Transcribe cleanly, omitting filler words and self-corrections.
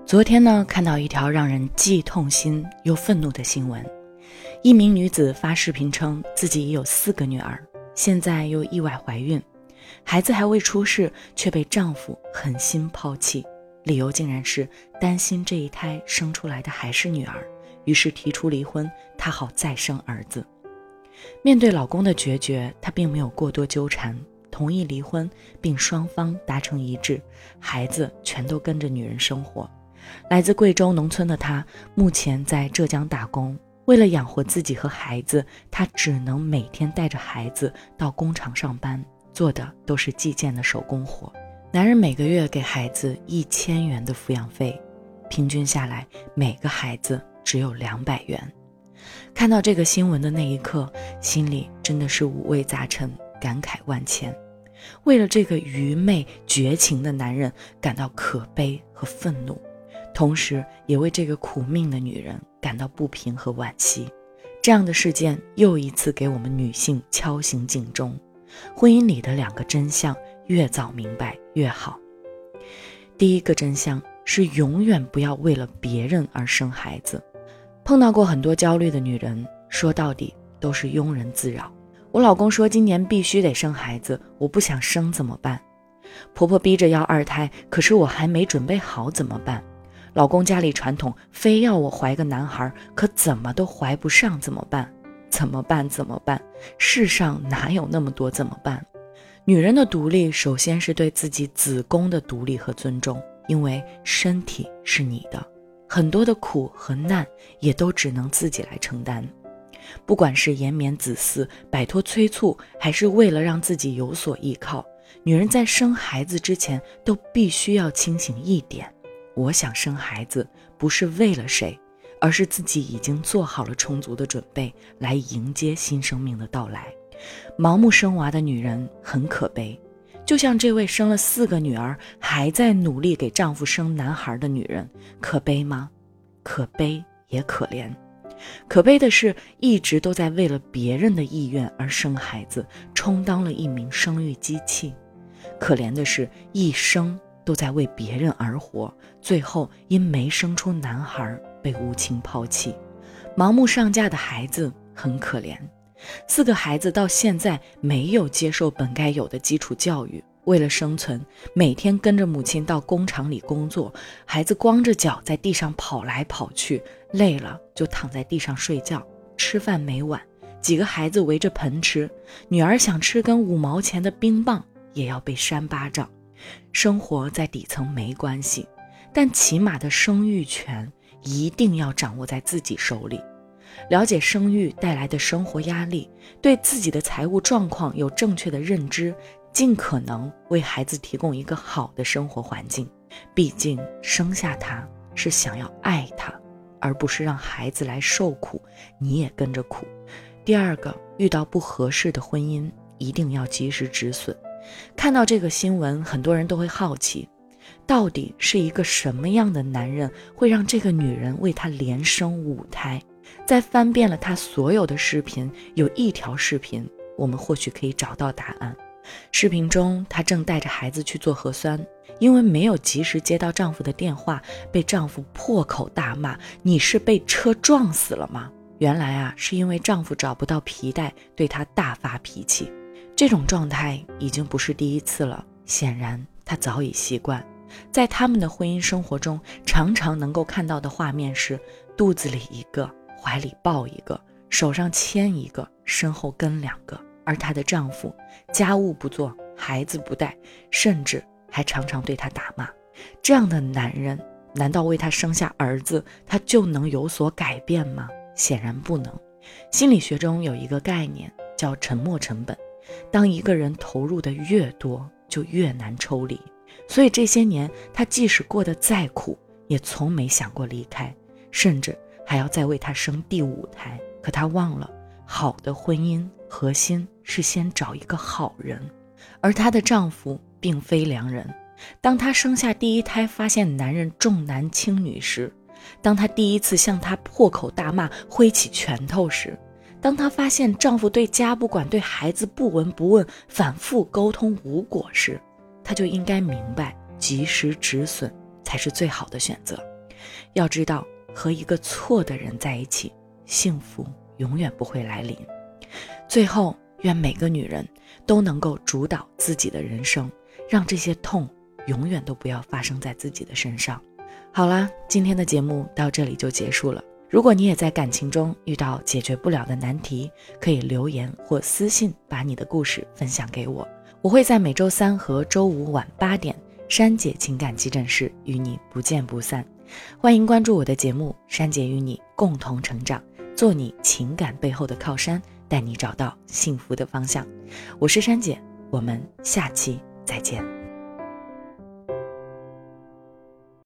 昨天呢，看到一条让人既痛心又愤怒的新闻。一名女子发视频称自己已有4个女儿，现在又意外怀孕，孩子还未出世，却被丈夫狠心抛弃，理由竟然是担心这一胎生出来的还是女儿，于是提出离婚，她好再生儿子。面对老公的决绝，她并没有过多纠缠，同意离婚，并双方达成一致，孩子全都跟着女人生活。来自贵州农村的她，目前在浙江打工，为了养活自己和孩子，她只能每天带着孩子到工厂上班，做的都是计件的手工活。男人每个月给孩子1000元的抚养费，平均下来每个孩子只有200元。看到这个新闻的那一刻，心里真的是五味杂陈，感慨万千。为了这个愚昧绝情的男人感到可悲和愤怒，同时也为这个苦命的女人感到不平和惋惜。这样的事件又一次给我们女性敲醒警钟，婚姻里的2个真相越早明白越好。第一个真相是永远不要为了别人而生孩子。碰到过很多焦虑的女人，说到底都是庸人自扰。我老公说今年必须得生孩子，我不想生怎么办？婆婆逼着要2胎，可是我还没准备好怎么办？老公家里传统非要我怀个男孩，可怎么都怀不上怎么办？怎么办？怎么办？世上哪有那么多怎么办？女人的独立首先是对自己子宫的独立和尊重，因为身体是你的，很多的苦和难也都只能自己来承担。不管是延绵子嗣，摆脱催促，还是为了让自己有所依靠，女人在生孩子之前都必须要清醒一点，我想生孩子不是为了谁，而是自己已经做好了充足的准备来迎接新生命的到来。盲目生娃的女人很可悲，就像这位生了4个女儿还在努力给丈夫生男孩的女人，可悲吗？可悲也可怜。可悲的是一直都在为了别人的意愿而生孩子，充当了一名生育机器。可怜的是一生都在为别人而活，最后因没生出男孩被无情抛弃。盲目上嫁的孩子很可怜，4个孩子到现在没有接受本该有的基础教育，为了生存，每天跟着母亲到工厂里工作，孩子光着脚在地上跑来跑去，累了就躺在地上睡觉，吃饭没碗，几个孩子围着盆吃，女儿想吃根5毛钱的冰棒也要被扇巴掌。生活在底层没关系，但起码的生育权一定要掌握在自己手里。了解生育带来的生活压力，对自己的财务状况有正确的认知，尽可能为孩子提供一个好的生活环境。毕竟生下他是想要爱他，而不是让孩子来受苦，你也跟着苦。第二个，遇到不合适的婚姻一定要及时止损。看到这个新闻，很多人都会好奇，到底是一个什么样的男人会让这个女人为他连生5胎？在翻遍了他所有的视频，有一条视频我们或许可以找到答案。视频中她正带着孩子去做核酸，因为没有及时接到丈夫的电话，被丈夫破口大骂，你是被车撞死了吗？原来是因为丈夫找不到皮带，对她大发脾气。这种状态已经不是第一次了，显然她早已习惯。在他们的婚姻生活中，常常能够看到的画面是肚子里1个，怀里抱1个，手上牵1个，身后跟2个。而她的丈夫家务不做，孩子不带，甚至还常常对她打骂。这样的男人，难道为她生下儿子，他就能有所改变吗？显然不能。心理学中有一个概念叫沉没成本，当一个人投入的越多，就越难抽离。所以这些年，她即使过得再苦，也从没想过离开，甚至还要再为他生第5胎。可她忘了，好的婚姻核心是先找一个好人，而她的丈夫并非良人。当她生下第1胎，发现男人重男轻女时，当她第一次向他破口大骂，挥起拳头时，当她发现丈夫对家不管，对孩子不闻不问，反复沟通无果时，她就应该明白，及时止损才是最好的选择。 要知道，和一个错的人在一起，幸福永远不会来临。最后，愿每个女人都能够主导自己的人生，让这些痛永远都不要发生在自己的身上。好啦，今天的节目到这里就结束了。如果你也在感情中遇到解决不了的难题，可以留言或私信把你的故事分享给我，我会在每周三和周五晚8点珊姐情感急诊室与你不见不散。欢迎关注我的节目，珊姐与你共同成长，做你情感背后的靠山，带你找到幸福的方向。我是珊姐，我们下期再见。